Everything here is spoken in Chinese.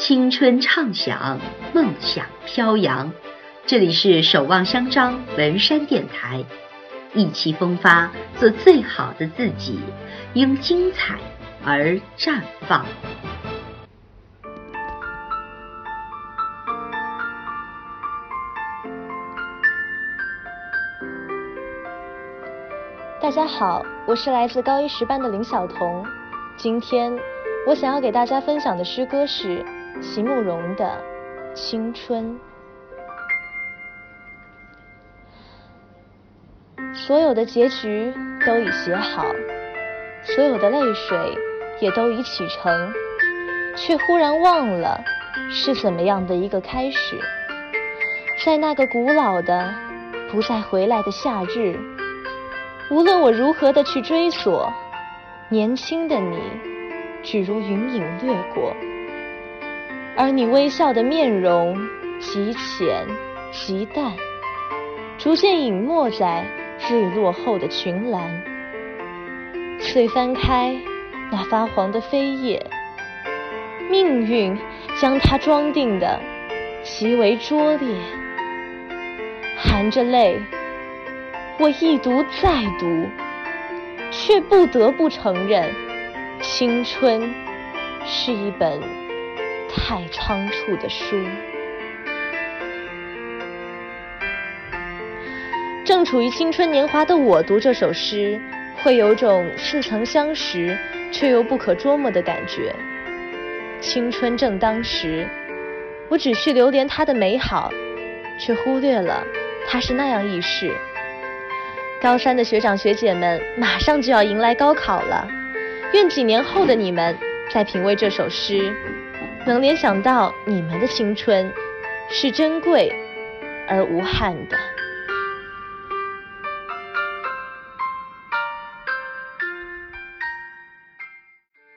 青春畅想，梦想飘扬。这里是守望相张文山电台，意气风发，做最好的自己，因精彩而绽放。 大家好，我是来自高一10班的林晓彤。今天我想要给大家分享的诗歌是席慕容的《青春》。所有的结局都已写好，所有的泪水也都已启程，却忽然忘了是怎么样的一个开始。在那个古老的不再回来的夏日，无论我如何的去追索，年轻的你只如云影掠过，而你微笑的面容极浅极淡，逐渐隐没在日落后的群岚。遂翻开那发黄的扉页，命运将它装订得极为拙劣。含着泪，我一读再读，却不得不承认，青春是一本太仓促的书。正处于青春年华的我读这首诗，会有种似曾相识却又不可捉摸的感觉。青春正当时，我只去流连它的美好，却忽略了它是那样易逝。高三的学长学姐们马上就要迎来高考了，愿几年后的你们在品味这首诗，能联想到你们的青春是珍贵而无憾的。